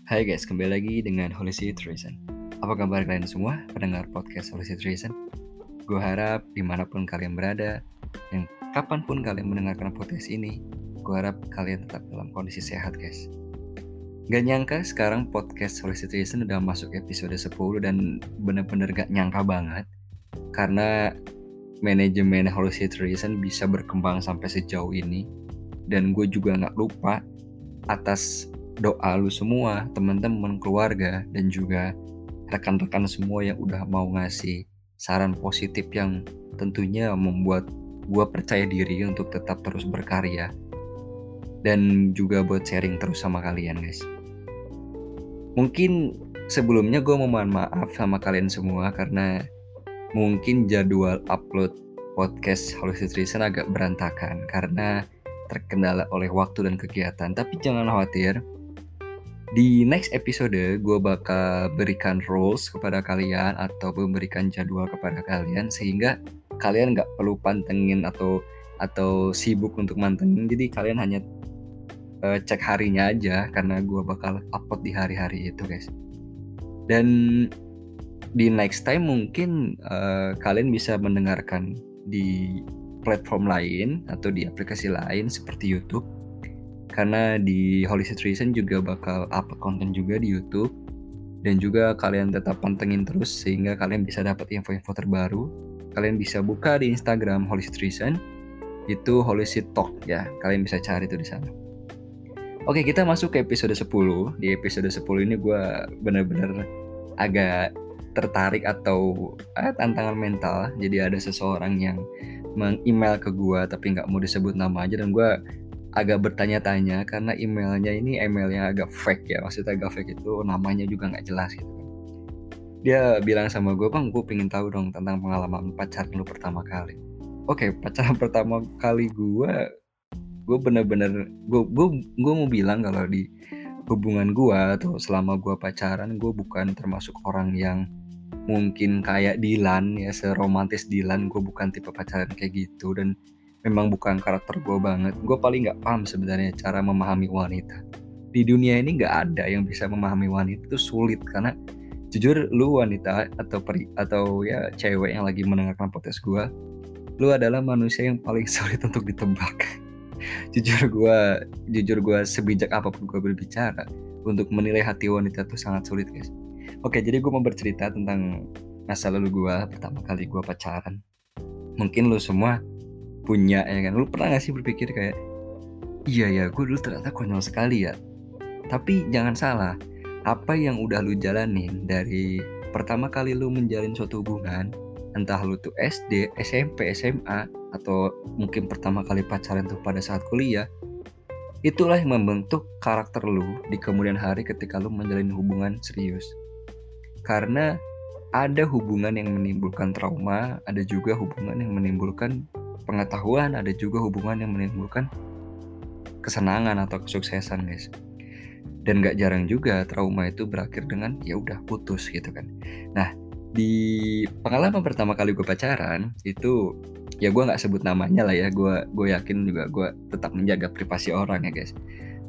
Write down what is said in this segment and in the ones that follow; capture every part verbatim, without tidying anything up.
Hai guys, kembali lagi dengan Holy Situation. Apa kabar kalian semua, pendengar podcast Holy Situation? Gue harap dimanapun kalian berada, dan kapanpun kalian mendengarkan podcast ini, gue harap kalian tetap dalam kondisi sehat guys. Gak nyangka sekarang podcast Holy Situation udah masuk episode sepuluh dan bener-bener gak nyangka banget. Karena manajemen Holy Situation bisa berkembang sampai sejauh ini. Dan gue juga gak lupa atas doa lu semua, teman-teman, keluarga, dan juga rekan-rekan semua yang udah mau ngasih saran positif yang tentunya membuat gue percaya diri untuk tetap terus berkarya dan juga buat sharing terus sama kalian guys. Mungkin sebelumnya gue mau mohon maaf sama kalian semua karena mungkin jadwal upload podcast Holy Situation agak berantakan karena terkendala oleh waktu dan kegiatan. Tapi jangan khawatir, di next episode gue bakal berikan rules kepada kalian atau memberikan jadwal kepada kalian sehingga kalian gak perlu pantengin atau atau sibuk untuk mantengin. Jadi kalian hanya uh, cek harinya aja karena gue bakal upload di hari-hari itu guys. Dan di next time mungkin uh, kalian bisa mendengarkan di platform lain atau di aplikasi lain seperti YouTube. Karena di Holy Situation juga bakal upload konten juga di YouTube. Dan juga kalian tetap pantengin terus sehingga kalian bisa dapat info-info terbaru. Kalian bisa buka di Instagram Holy Situation, itu Holy Sit Talk ya. Kalian bisa cari itu di sana. Oke, kita masuk ke episode sepuluh. Di episode sepuluh ini gue benar-benar agak tertarik atau eh, tantangan mental. Jadi ada seseorang yang meng-email ke gue tapi nggak mau disebut nama aja, dan gue agak bertanya-tanya karena emailnya ini email yang agak fake ya. Maksudnya agak fake itu namanya juga gak jelas gitu. Dia bilang sama gue, bang gue pengen tahu dong tentang pengalaman pacaran lu pertama kali. Oke, pacaran pertama kali gue Gue bener-bener Gue gue gue mau bilang kalau di hubungan gue atau selama gue pacaran, gue bukan termasuk orang yang mungkin kayak Dilan ya, seromantis Dilan. Gue bukan tipe pacaran kayak gitu dan memang bukan karakter gue banget. Gue paling gak paham sebenarnya cara memahami wanita. Di dunia ini gak ada yang bisa memahami wanita, itu sulit. Karena jujur lu wanita atau peri, atau ya cewek yang lagi mendengarkan podcast gue, lu adalah manusia yang paling sulit untuk ditebak. Jujur gue Jujur gue sebijak apapun gue berbicara, untuk menilai hati wanita itu sangat sulit guys. Oke, jadi gue mau bercerita tentang masa lalu gue pertama kali gue pacaran. Mungkin lu semua punya ya kan, lu pernah gak sih berpikir kayak iya ya gue dulu ternyata konyol sekali ya. Tapi jangan salah, apa yang udah lu jalanin dari pertama kali lu menjalin suatu hubungan, entah lu tuh S D, S M P, S M A, atau mungkin pertama kali pacaran tuh pada saat kuliah, itulah yang membentuk karakter lu di kemudian hari ketika lu menjalin hubungan serius. Karena ada hubungan yang menimbulkan trauma, ada juga hubungan yang menimbulkan pengetahuan, ada juga hubungan yang menimbulkan kesenangan atau kesuksesan guys. Dan gak jarang juga trauma itu berakhir dengan ya udah putus gitu kan. Nah, di pengalaman pertama kali gue pacaran itu, ya gue gak sebut namanya lah ya, gue gue yakin juga gue tetap menjaga privasi orang ya guys.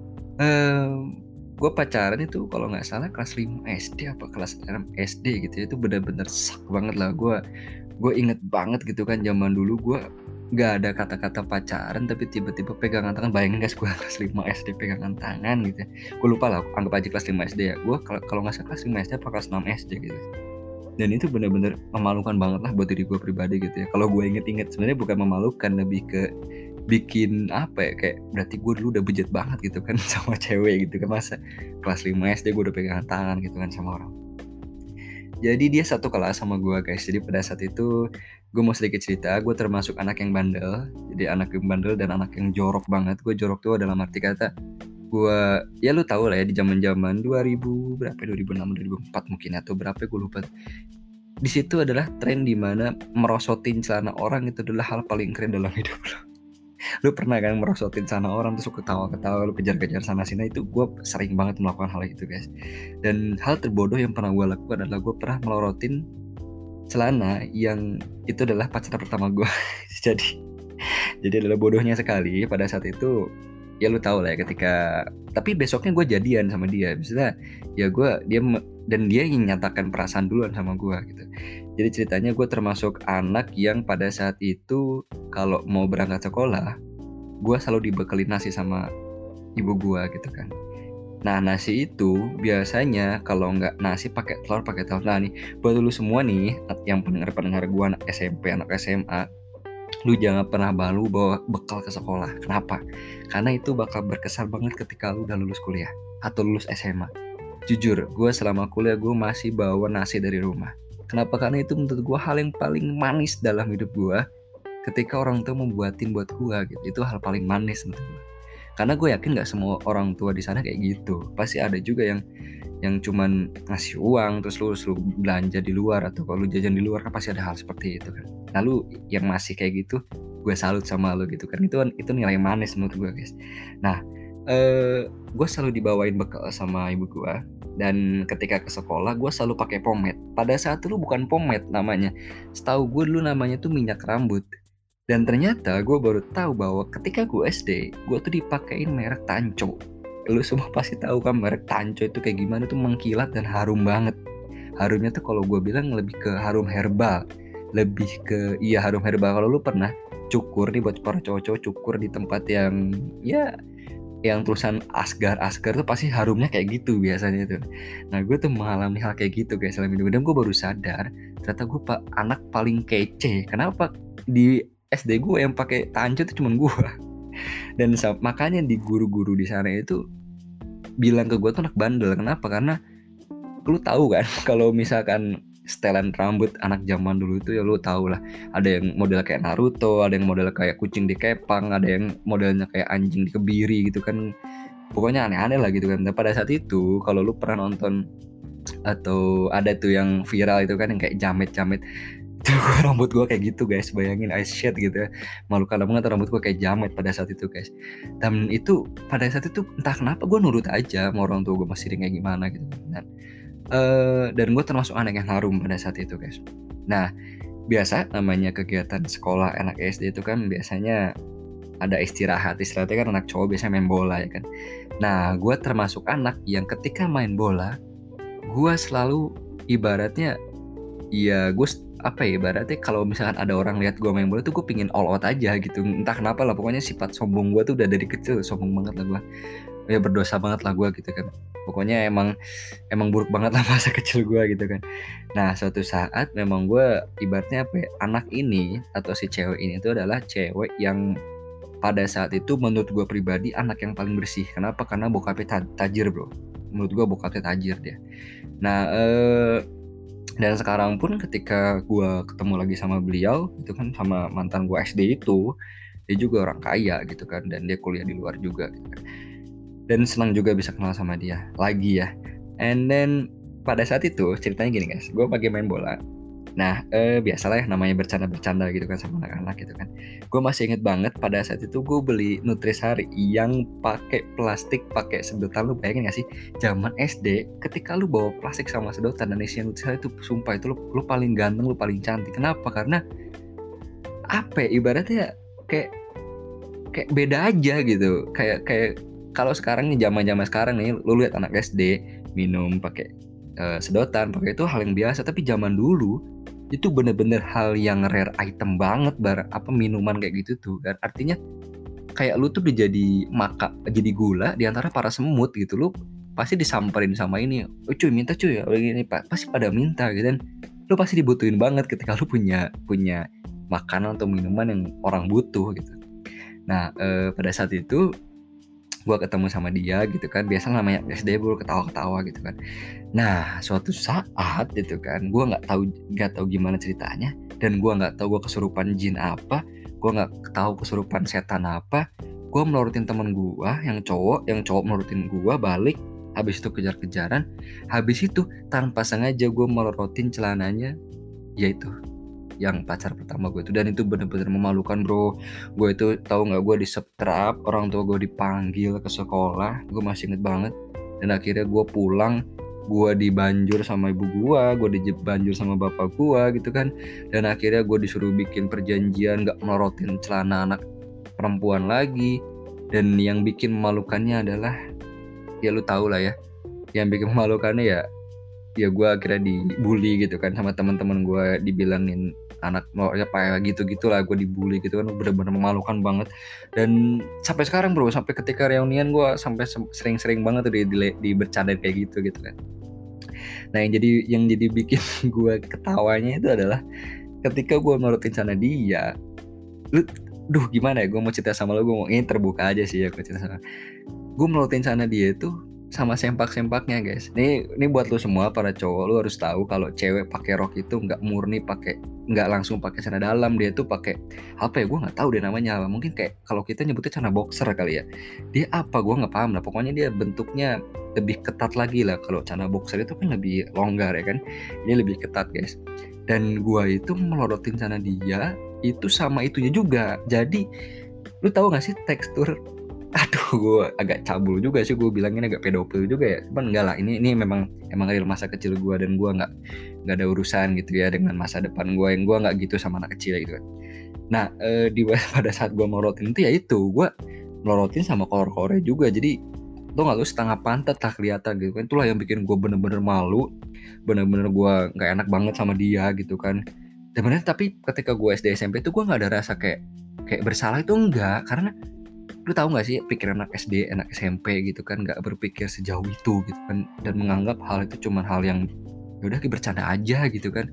ehm, Gue pacaran itu kalau gak salah kelas lima S D apa kelas enam S D gitu ya. Itu benar-benar sak banget lah. Gue gue inget banget gitu kan, zaman dulu gue gak ada kata-kata pacaran tapi tiba-tiba pegangan tangan. Bayangin guys, gue kelas lima S D pegangan tangan gitu ya. Gue lupa lah, anggap aja kelas lima S D ya. Gue kalau kalau nggak salah kelas lima S D apa kelas enam S D gitu. Dan itu benar-benar memalukan banget lah buat diri gue pribadi gitu ya. Kalau gue inget-inget sebenarnya bukan memalukan, lebih ke bikin apa ya, kayak berarti gue dulu udah bejat banget gitu kan sama cewek gitu kan. Masa kelas lima S D gue udah pegangan tangan gitu kan sama orang. Jadi dia satu kelas sama gue guys. Jadi pada saat itu gue mau sedikit cerita, gue termasuk anak yang bandel. Jadi anak yang bandel dan anak yang jorok banget. Gue jorok tuh dalam arti kata, gue ya lu tahu lah ya, di zaman-zaman dua ribu berapa, dua ribu enam, dua ribu empat mungkin atau berapa gue lupa. Di situ adalah tren dimana merosotin celana orang itu adalah hal paling keren dalam hidup lo. Lu pernah kan merosotin celana orang terus ketawa-ketawa, lu kejar-kejar sana sini? Itu gue sering banget melakukan hal itu guys. Dan hal terbodoh yang pernah gue lakukan adalah gue pernah melorotin celana yang itu adalah pacar pertama gue. jadi jadi adalah bodohnya sekali pada saat itu ya lu tahu lah ya ketika, tapi besoknya gue jadian sama dia, misalnya ya gue dia dan dia yang nyatakan perasaan duluan sama gue gitu. Jadi ceritanya gue termasuk anak yang pada saat itu kalau mau berangkat sekolah, gue selalu dibekali nasi sama ibu gue gitu kan. Nah nasi itu biasanya kalau nggak nasi pakai telur pakai telur. Nah nih buat lu semua nih yang pendengar-pendengar gue anak S M P anak S M A, lu jangan pernah malu bawa bekal ke sekolah. Kenapa? Karena itu bakal berkesan banget ketika lu udah lulus kuliah atau lulus S M A. Jujur, gue selama kuliah gue masih bawa nasi dari rumah. Kenapa? Karena itu menurut gue hal yang paling manis dalam hidup gue. Ketika orang tua membuatin buat gue gitu, itu hal paling manis menurut gue. Karena gue yakin nggak semua orang tua di sana kayak gitu. Pasti ada juga yang yang cuman ngasih uang terus lu suruh belanja di luar, atau kalau lu jajan di luar kan pasti ada hal seperti itu kan. Lalu yang masih kayak gitu, gue salut sama lu gitu kan. Itu itu nilai manis menurut gue guys. Nah, eh, gue selalu dibawain bekal sama ibu gue. Dan ketika ke sekolah gue selalu pakai pomade. Pada saat itu bukan pomade namanya, setahu gue dulu namanya tuh minyak rambut. Dan ternyata gue baru tahu bahwa ketika gue S D, gue tuh dipakein merek Tanco. Lu semua pasti tahu kan merek Tanco itu kayak gimana, tuh mengkilat dan harum banget. Harumnya tuh kalau gue bilang lebih ke harum herbal, lebih ke iya harum herbal. Kalau lu pernah cukur nih, buat para cowok-cowok cukur di tempat yang ya yang tulisan Asgar-Asgar tuh pasti harumnya kayak gitu biasanya tuh. Nah gue tuh mengalami hal kayak gitu guys selama hidup, dan gue baru sadar ternyata gue pak anak paling kece. Kenapa di S D gue yang pakai Tanco itu cuma gue. Dan makanya di guru-guru di sana itu bilang ke gue tuh anak bandel. Kenapa? Karena lu tahu kan kalau misalkan setelan rambut anak zaman dulu itu ya lu tahu lah, ada yang model kayak Naruto, ada yang model kayak kucing dikepang, ada yang modelnya kayak anjing dikebiri gitu kan. Pokoknya aneh-aneh lah gitu kan. Dan pada saat itu kalau lu pernah nonton atau ada tuh yang viral itu kan yang kayak jamet-jamet tuh, rambut gue kayak gitu guys, bayangin ice shade gitu ya, malu kalah banget rambut gue kayak jamet pada saat itu guys. Dan itu pada saat itu entah kenapa gue nurut aja mau orang tua gue masih kayak gimana gitu. Dan uh, dan gue termasuk anak yang harum pada saat itu guys. Nah biasa namanya kegiatan sekolah anak S D itu kan biasanya ada istirahat. Istirahatnya kan anak cowok biasanya main bola ya kan. Nah gue termasuk anak yang ketika main bola gue selalu ibaratnya ya gue apa ya ibaratnya kalau misalkan ada orang lihat gue main bola tuh gue pingin all out aja gitu, entah kenapa lah. Pokoknya sifat sombong gue tuh udah dari kecil, sombong banget lah gue ya, berdosa banget lah gue gitu kan. Pokoknya emang emang buruk banget lah masa kecil gue gitu kan. Nah suatu saat memang gue ibaratnya apa ya, anak ini atau si cewek ini tuh adalah cewek yang pada saat itu menurut gue pribadi anak yang paling bersih. Kenapa? Karena bokapnya tajir bro, menurut gue bokapnya tajir dia. Nah eh dan sekarang pun ketika gue ketemu lagi sama beliau itu kan, sama mantan gue S D itu, dia juga orang kaya gitu kan, dan dia kuliah di luar juga gitu kan. Dan senang juga bisa kenal sama dia lagi ya. And then pada saat itu ceritanya gini guys, gue pagi main bola. Nah eh, biasalah ya namanya bercanda-bercanda gitu kan sama anak-anak gitu kan. Gue masih inget banget pada saat itu gue beli Nutrisari yang pakai plastik, pakai sedotan. Lu bayangin gak sih zaman S D ketika lu bawa plastik sama sedotan dan isinya Nutrisari itu, sumpah itu lu, lu paling ganteng, lu paling cantik. Kenapa? Karena apa ya, ibaratnya kayak kayak beda aja gitu. Kayak kayak kalau sekarang nih, zaman-zaman sekarang nih lu lihat anak S D minum pakai uh, sedotan, pakai itu hal yang biasa. Tapi zaman dulu itu bener-bener hal yang rare item banget, bar apa minuman kayak gitu tuh kan. Artinya kayak lu tuh udah jadi maka jadi gula di antara para semut gitu. Lu pasti disamperin sama ini, oh cuy minta cuy ya ini pak, pasti pada minta gitu. Dan lu pasti dibutuhin banget ketika lu punya punya makanan atau minuman yang orang butuh gitu. Nah eh, pada saat itu gue ketemu sama dia gitu kan, biasa namanya S D bro, ketawa-ketawa gitu kan. Nah suatu saat gitu kan, gue nggak tahu nggak tahu gimana ceritanya, dan gue nggak tahu gue kesurupan jin apa, gue nggak tahu kesurupan setan apa, gue melorotin temen gue yang cowok, yang cowok melorotin gue balik, habis itu kejar-kejaran, habis itu tanpa sengaja gue melorotin celananya, yaitu yang pacar pertama gue itu. Dan itu bener-bener memalukan bro. Gue itu tahu nggak, gue disetrap, orang tua gue dipanggil ke sekolah, gue masih inget banget. Dan akhirnya gue pulang, gue dibanjur sama ibu gue, gue dibanjur sama bapak gue gitu kan. Dan akhirnya gue disuruh bikin perjanjian nggak melorotin celana anak perempuan lagi. Dan yang bikin memalukannya adalah, ya lu tau lah ya, yang bikin memalukannya ya ya gue akhirnya dibully gitu kan sama teman-teman gue, dibilangin anak mau ya kayak gitu-gitulah, gue dibully gitu kan, bener-bener memalukan banget. Dan sampai sekarang bro, sampai ketika reunian gue sampai sering-sering banget tuh di, di, di bercanda kayak gitu gitu kan. Nah yang jadi yang jadi bikin gue ketawanya itu adalah ketika gue nurutin sana dia, lu, duh gimana ya, gue mau cerita sama lo, gue mau ini terbuka aja sih ya, gue cerita sama, gue melutin sana dia itu sama sempak-sempaknya guys. Ini ini buat lu semua para cowok, lu harus tahu kalau cewek pakai rok itu nggak murni pakai, nggak langsung pakai celana dalam, dia tuh pakai apa ya, gue nggak tahu deh namanya apa. Mungkin kayak kalau kita nyebutnya celana boxer kali ya. Dia apa, gue nggak paham lah. Pokoknya dia bentuknya lebih ketat lagi lah. Kalau celana boxer itu kan lebih longgar ya kan. Ini lebih ketat guys. Dan gue itu melorotin sana dia itu sama itunya juga. Jadi lu tahu nggak sih tekstur, aduh gue agak cabul juga sih, gue bilangin agak pedofil juga ya, cuman enggak lah, ini ini memang emang real masa kecil gue, dan gue nggak nggak ada urusan gitu ya dengan masa depan gue, yang gue nggak gitu sama anak kecil gitu kan. Nah eh, di pada saat gue melorotin itu ya itu gue melorotin sama kolor-kolornya juga, jadi tuh nggak lu setengah pantat lah kelihatan gitu kan. Itulah yang bikin gue bener-bener malu, bener-bener gue nggak enak banget sama dia gitu kan. Dan bener, tapi ketika gue S D S M P itu gue nggak ada rasa kayak kayak bersalah itu enggak, karena lu tahu nggak sih pikiran anak S D, anak S M P gitu kan, nggak berpikir sejauh itu gitu kan, dan menganggap hal itu cuma hal yang udah bercanda aja gitu kan.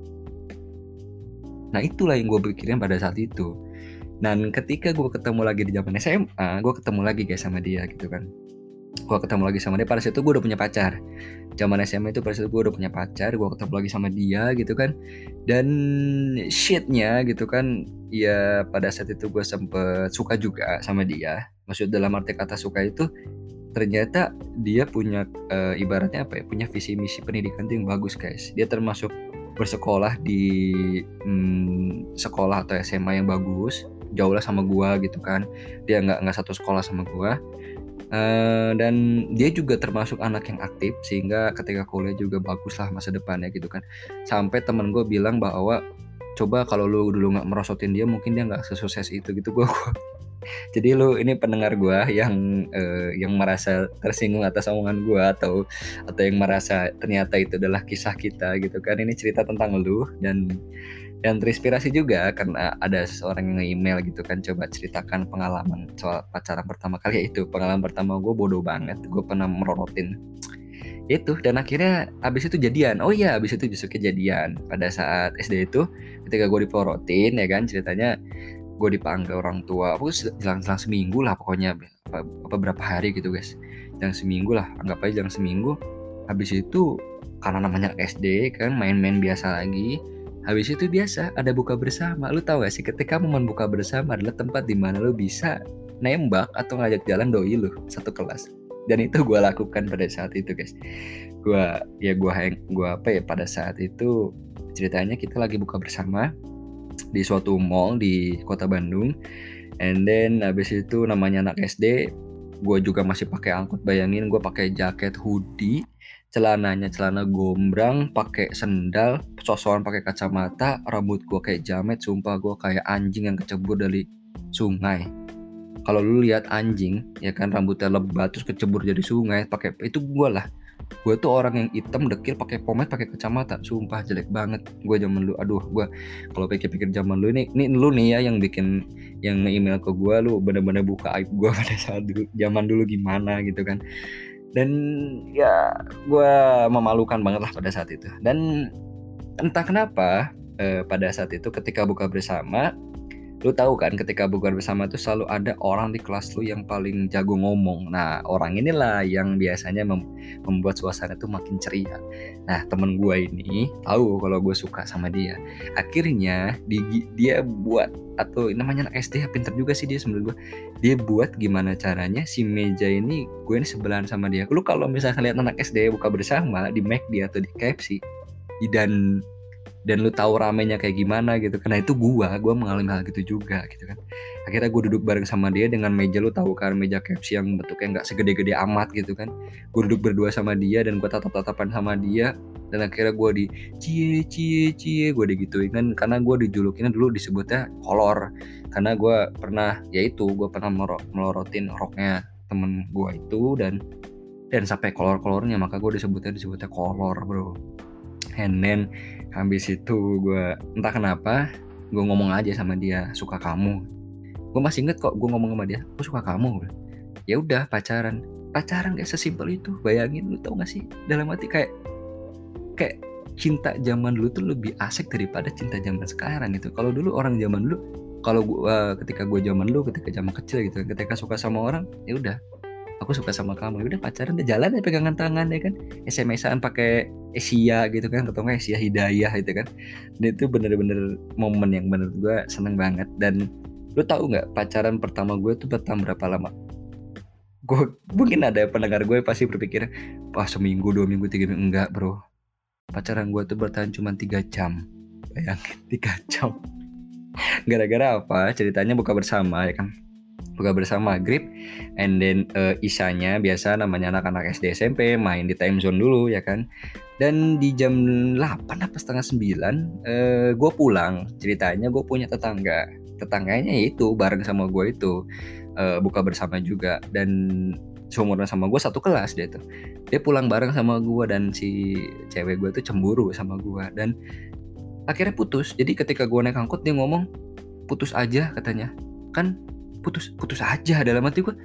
Nah itulah yang gue pikirin pada saat itu. Dan ketika gue ketemu lagi di zaman S M A, gue ketemu lagi guys sama dia gitu kan. Gue ketemu lagi sama dia, pada saat itu gue udah punya pacar. Zaman S M A itu pada saat itu gue udah punya pacar, gue ketemu lagi sama dia gitu kan. Dan shitnya gitu kan, ya pada saat itu gue sempet suka juga sama dia. Maksud dalam arti kata suka itu, ternyata dia punya e, ibaratnya apa ya, punya visi misi pendidikan yang bagus guys. Dia termasuk bersekolah di hmm, sekolah atau S M A yang bagus, jauh lah sama gue gitu kan. Dia nggak nggak satu sekolah sama gue. Uh, dan dia juga termasuk anak yang aktif, sehingga ketika kuliah juga bagus lah masa depannya gitu kan. Sampai temen gue bilang bahwa coba kalau lu dulu nggak merosotin dia, mungkin dia nggak sesukses itu gitu. Gue jadi lu ini pendengar gue yang uh, yang merasa tersinggung atas omongan gue, atau atau yang merasa ternyata itu adalah kisah kita gitu kan, ini cerita tentang lu, dan dan terinspirasi juga karena ada seseorang yang nge-email gitu kan, coba ceritakan pengalaman soal pacaran pertama kali. Itu pengalaman pertama gue bodoh banget, gue pernah merorotin itu, dan akhirnya abis itu jadian. Oh iya, abis itu justru kejadian pada saat S D itu, ketika gue diporotin ya kan, ceritanya gue dipanggil orang tua, aku jelang-jelang seminggu lah pokoknya, apa, apa berapa hari gitu guys, jelang seminggu lah, anggap aja jelang seminggu. Habis itu karena namanya S D kan, main-main biasa lagi. Habis itu biasa ada buka bersama. Lu tahu gak sih, ketika momen buka bersama adalah tempat di mana lu bisa nembak atau ngajak jalan doi lu satu kelas. Dan itu gue lakukan pada saat itu guys. Gue ya gue gue apa ya pada saat itu, ceritanya kita lagi buka bersama di suatu mall di kota Bandung. And then habis itu namanya anak S D, gue juga masih pakai angkut. Bayangin gue pakai jaket hoodie, celananya celana gombrang, pakai sendal, sosokan pakai kacamata, rambut gue kayak jamet, sumpah gue kayak anjing yang kecebur dari sungai. Kalau lu lihat anjing ya kan, rambutnya lebat terus kecebur jadi sungai, pakai itu gue lah. Gue tuh orang yang hitam dekil, pakai pomade, pakai kacamata, sumpah jelek banget gue zaman dulu. Aduh, gue kalau pikir-pikir zaman dulu ini, ini lu nih ya yang bikin, yang email ke gue, lu bener-bener buka aib gue pada saat dulu, zaman dulu gimana gitu kan. Dan ya gue memalukan banget lah pada saat itu. Dan entah kenapa eh, pada saat itu ketika buka bersama, lu tahu kan ketika buka bersama itu selalu ada orang di kelas lu yang paling jago ngomong. Nah orang inilah yang biasanya mem- membuat suasana itu makin ceria. Nah temen gue ini tahu kalau gue suka sama dia. Akhirnya di, dia buat, atau namanya anak S D, pinter juga sih dia menurut gue. Dia buat gimana caranya si meja ini gue ini sebelahan sama dia. Lu kalau misalnya lihat anak S D buka bersama di McD atau di K F C, dan dan lu tahu ramenya kayak gimana gitu. Karena itu gua, gua mengalami hal gitu juga gitu kan. Akhirnya gue duduk bareng sama dia dengan meja, lu tahu kan meja K F C yang bentuknya nggak segede-gede amat gitu kan. Gue duduk berdua sama dia dan gue tatap-tatapan sama dia, dan akhirnya gue di cie cie cie gue digituin kan, karena gue dijulukinnya dulu disebutnya kolor, karena gue pernah, yaitu gue pernah melorotin roknya temen gue itu dan dan sampai kolor-kolornya, maka gue disebutnya disebutnya kolor bro. And then habis itu gue entah kenapa gue ngomong aja sama dia, suka kamu. Gue masih inget kok gue ngomong sama dia, gue suka kamu. Ya udah pacaran. Pacaran kayak sesimpel itu. Bayangin, lu tau gak sih, dalam hati kayak kayak cinta zaman dulu tuh lebih asik daripada cinta zaman sekarang gitu. Kalau dulu orang zaman dulu, kalau gua ketika gue zaman dulu, ketika zaman kecil gitu, ketika suka sama orang, ya udah, aku suka sama kamu, ya udah pacaran, udah jalan ya pegangan tangan ya kan, S M S-an pakai Asia gitu kan, ketemu Asia Hidayah gitu kan. Dan itu bener-bener momen yang menurut gue seneng banget. Dan lu tahu nggak pacaran pertama gue tuh bertahan berapa lama? Gue mungkin ada pendengar gue pasti berpikir, wah seminggu, dua minggu, tiga minggu. Enggak bro, pacaran gue tuh bertahan cuma tiga jam. Bayangin, tiga jam. Gara-gara apa? Ceritanya buka bersama ya kan, buka bersama maghrib, and then uh, isanya biasa namanya anak-anak S D S M P main di time zone dulu ya kan. Dan di jam delapan apa setengah sembilan uh, gue pulang. Ceritanya gue punya tetangga, tetangganya itu bareng sama gue itu uh, buka bersama juga, dan seumuran sama gue, satu kelas dia tuh. Dia pulang bareng sama gue, dan si cewek gue tuh cemburu sama gue dan akhirnya putus. Jadi ketika gue naik angkot dia ngomong putus aja katanya. Kan putus putus aja, dalam hati gue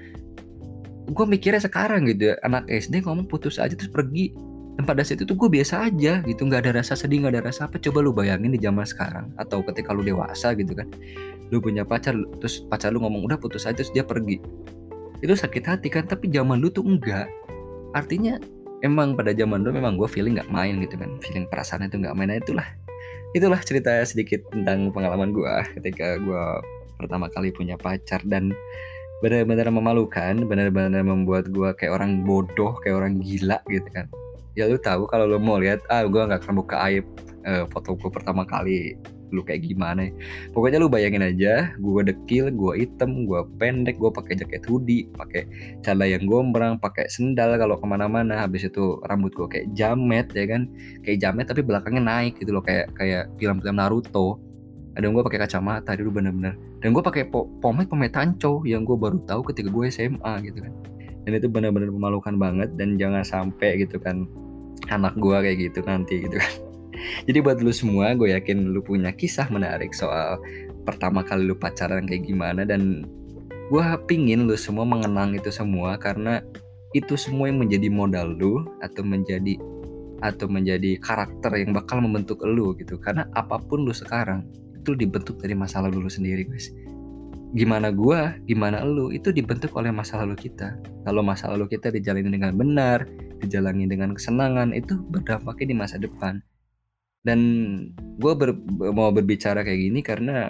gue mikirnya sekarang gitu, anak S D ngomong putus aja terus pergi. Dan pada saat itu gue biasa aja gitu, nggak ada rasa sedih, nggak ada rasa apa. Coba lu bayangin di zaman sekarang, atau ketika lu dewasa gitu kan, lu punya pacar terus pacar lu ngomong udah putus aja terus dia pergi, itu sakit hati kan. Tapi zaman lu tuh enggak. Artinya emang pada zaman lu memang gue feeling nggak main gitu kan, feeling perasaan itu nggak main. Nah, itulah itulah cerita sedikit tentang pengalaman gue ketika gue pertama kali punya pacar, dan benar-benar memalukan, benar-benar membuat gue kayak orang bodoh, kayak orang gila gitu kan. Ya lu tahu kalau lu mau lihat, ah gue nggak akan buka aib uh, foto gue pertama kali lu kayak gimana. Pokoknya lu bayangin aja, gue dekil, gue hitam, gue pendek, gue pakai jaket hoodie, pakai celana yang gombrang, pakai sendal kalau kemana-mana. Habis itu rambut gue kayak jamet ya kan, kayak jamet tapi belakangnya naik gitu loh, kayak kayak film-film Naruto. Ada gue pakai kacamata dulu bener-bener, dan gue pakai po- pomade pomade tanco yang gue baru tahu ketika gue S M A gitu kan. Dan itu bener-bener memalukan banget, dan jangan sampai gitu kan anak gue kayak gitu nanti gitu kan. Jadi buat lu semua, gue yakin lu punya kisah menarik soal pertama kali lu pacaran kayak gimana, dan gue pingin lu semua mengenang itu semua, karena itu semua yang menjadi modal lu, atau menjadi atau menjadi karakter yang bakal membentuk lu gitu. Karena apapun lu sekarang itu dibentuk dari masa lalu lu sendiri guys. Gimana gua, gimana lu, itu dibentuk oleh masa lalu kita. Kalau masa lalu kita dijalani dengan benar, dijalani dengan kesenangan, itu berdampaknya di masa depan. Dan gue ber, mau berbicara kayak gini karena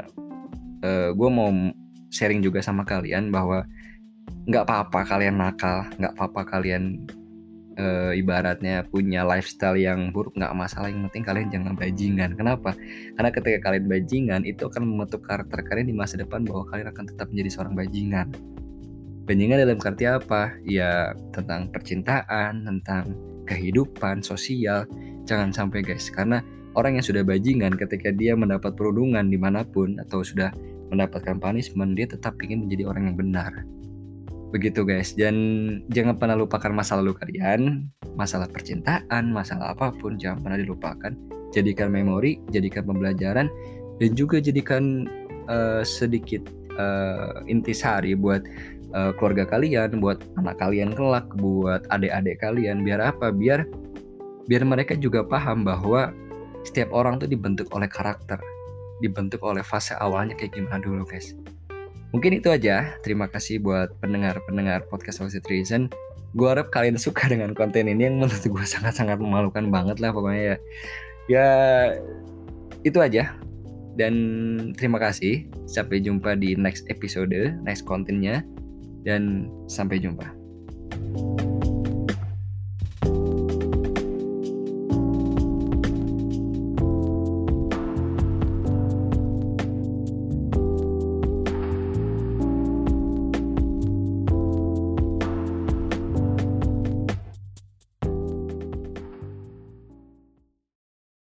uh, gue mau sharing juga sama kalian bahwa nggak apa-apa kalian nakal, nggak apa-apa kalian uh, ibaratnya punya lifestyle yang buruk, nggak masalah. Yang penting kalian jangan bajingan. Kenapa? Karena ketika kalian bajingan, itu akan membentuk karakter kalian di masa depan bahwa kalian akan tetap menjadi seorang bajingan. Bajingan dalam arti apa? Ya tentang percintaan, tentang kehidupan sosial. Jangan sampai guys, karena orang yang sudah bajingan ketika dia mendapat perundungan dimanapun atau sudah mendapatkan punishment, dia tetap ingin menjadi orang yang benar. Begitu guys. Dan jangan pernah lupakan masa lalu kalian, masalah percintaan, masalah apapun, jangan pernah dilupakan. Jadikan memori, jadikan pembelajaran, dan juga jadikan uh, sedikit uh, intisari buat uh, keluarga kalian, buat anak kalian kelak, buat adik-adik kalian. Biar apa? Biar biar mereka juga paham bahwa setiap orang tuh dibentuk oleh karakter, dibentuk oleh fase awalnya kayak gimana dulu guys. Mungkin itu aja. Terima kasih buat pendengar-pendengar podcast Lucid Reason. Gue harap kalian suka dengan konten ini yang menurut gue sangat-sangat memalukan banget lah pokoknya ya. Ya itu aja. Dan terima kasih. Sampai jumpa di next episode, next kontennya. Dan sampai jumpa.